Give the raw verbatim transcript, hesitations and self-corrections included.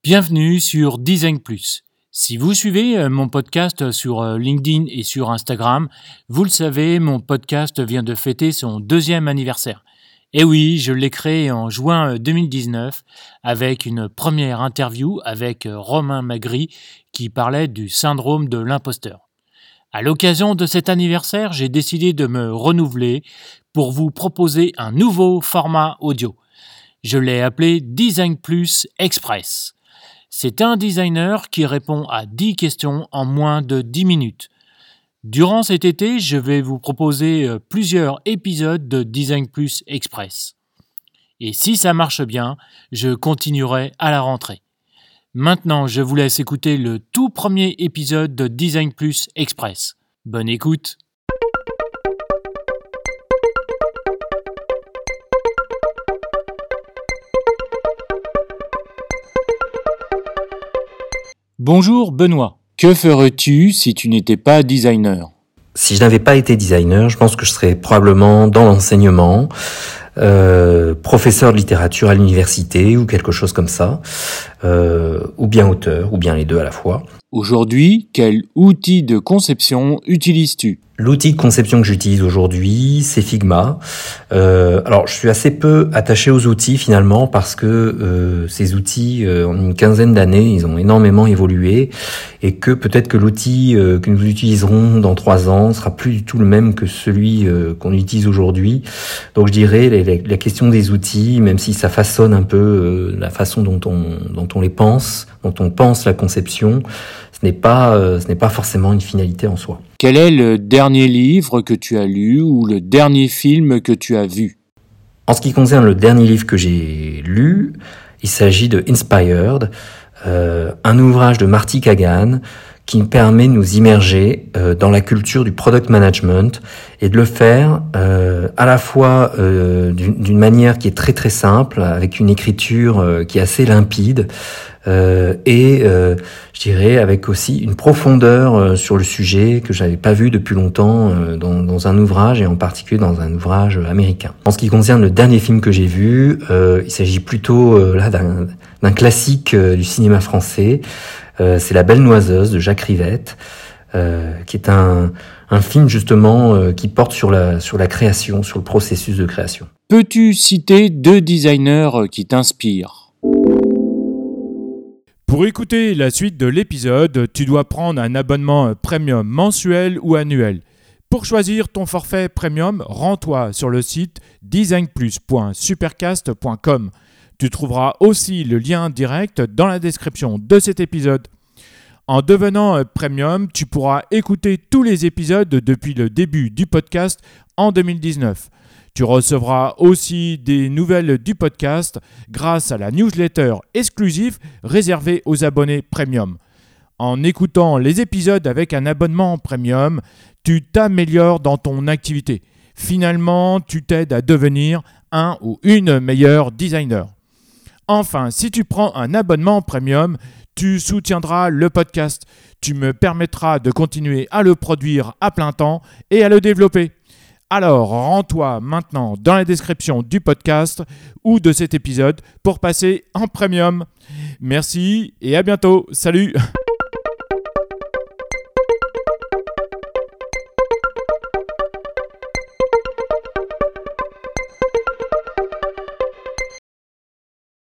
Bienvenue sur Design Plus. Si vous suivez mon podcast sur LinkedIn et sur Instagram, vous le savez, mon podcast vient de fêter son deuxième anniversaire. Et oui, je l'ai créé en juin deux mille dix-neuf avec une première interview avec Romain Magri qui parlait du syndrome de l'imposteur. À l'occasion de cet anniversaire, j'ai décidé de me renouveler pour vous proposer un nouveau format audio. Je l'ai appelé Design Plus Express. C'est un designer qui répond à dix questions en moins de dix minutes. Durant cet été, je vais vous proposer plusieurs épisodes de Design Plus Express. Et si ça marche bien, je continuerai à la rentrée. Maintenant, je vous laisse écouter le tout premier épisode de Design Plus Express. Bonne écoute! Bonjour Benoît, que ferais-tu si tu n'étais pas designer ? Si je n'avais pas été designer, je pense que je serais probablement dans l'enseignement, euh, professeur de littérature à l'université ou quelque chose comme ça, euh, ou bien auteur, ou bien les deux à la fois. Aujourd'hui, quel outil de conception utilises-tu ? L'outil de conception que j'utilise aujourd'hui, c'est Figma. Euh, alors, je suis assez peu attaché aux outils finalement parce que euh, ces outils, euh, en une quinzaine d'années, ils ont énormément évolué et que peut-être que l'outil euh, que nous utiliserons dans trois ans sera plus du tout le même que celui euh, qu'on utilise aujourd'hui. Donc, je dirais la, la, la question des outils, même si ça façonne un peu euh, la façon dont on dont on les pense, dont on pense la conception, ce n'est pas euh, ce n'est pas forcément une finalité en soi. Quel est le dernier livre que tu as lu ou le dernier film que tu as vu ? En ce qui concerne le dernier livre que j'ai lu, il s'agit de Inspired, euh, un ouvrage de Marty Kagan qui nous permet de nous immerger euh, dans la culture du product management et de le faire euh, à la fois euh, d'une, d'une manière qui est très très simple, avec une écriture euh, qui est assez limpide, Euh, et euh, je dirais avec aussi une profondeur euh, sur le sujet que j'avais pas vu depuis longtemps euh, dans, dans un ouvrage et en particulier dans un ouvrage américain. En ce qui concerne le dernier film que j'ai vu, euh, il s'agit plutôt euh, là d'un, d'un classique euh, du cinéma français. Euh, c'est La Belle Noiseuse de Jacques Rivette, euh, qui est un, un film justement euh, qui porte sur la sur la création, sur le processus de création. Peux-tu citer deux designers qui t'inspirent ? Pour écouter la suite de l'épisode, tu dois prendre un abonnement premium mensuel ou annuel. Pour choisir ton forfait premium, rends-toi sur le site design plus point supercast point com. Tu trouveras aussi le lien direct dans la description de cet épisode. En devenant premium, tu pourras écouter tous les épisodes depuis le début du podcast en deux mille dix-neuf. Tu recevras aussi des nouvelles du podcast grâce à la newsletter exclusive réservée aux abonnés premium. En écoutant les épisodes avec un abonnement premium, tu t'améliores dans ton activité. Finalement, tu t'aides à devenir un ou une meilleure designer. Enfin, si tu prends un abonnement premium, tu soutiendras le podcast. Tu me permettras de continuer à le produire à plein temps et à le développer. Alors, rends-toi maintenant dans la description du podcast ou de cet épisode pour passer en premium. Merci et à bientôt. Salut!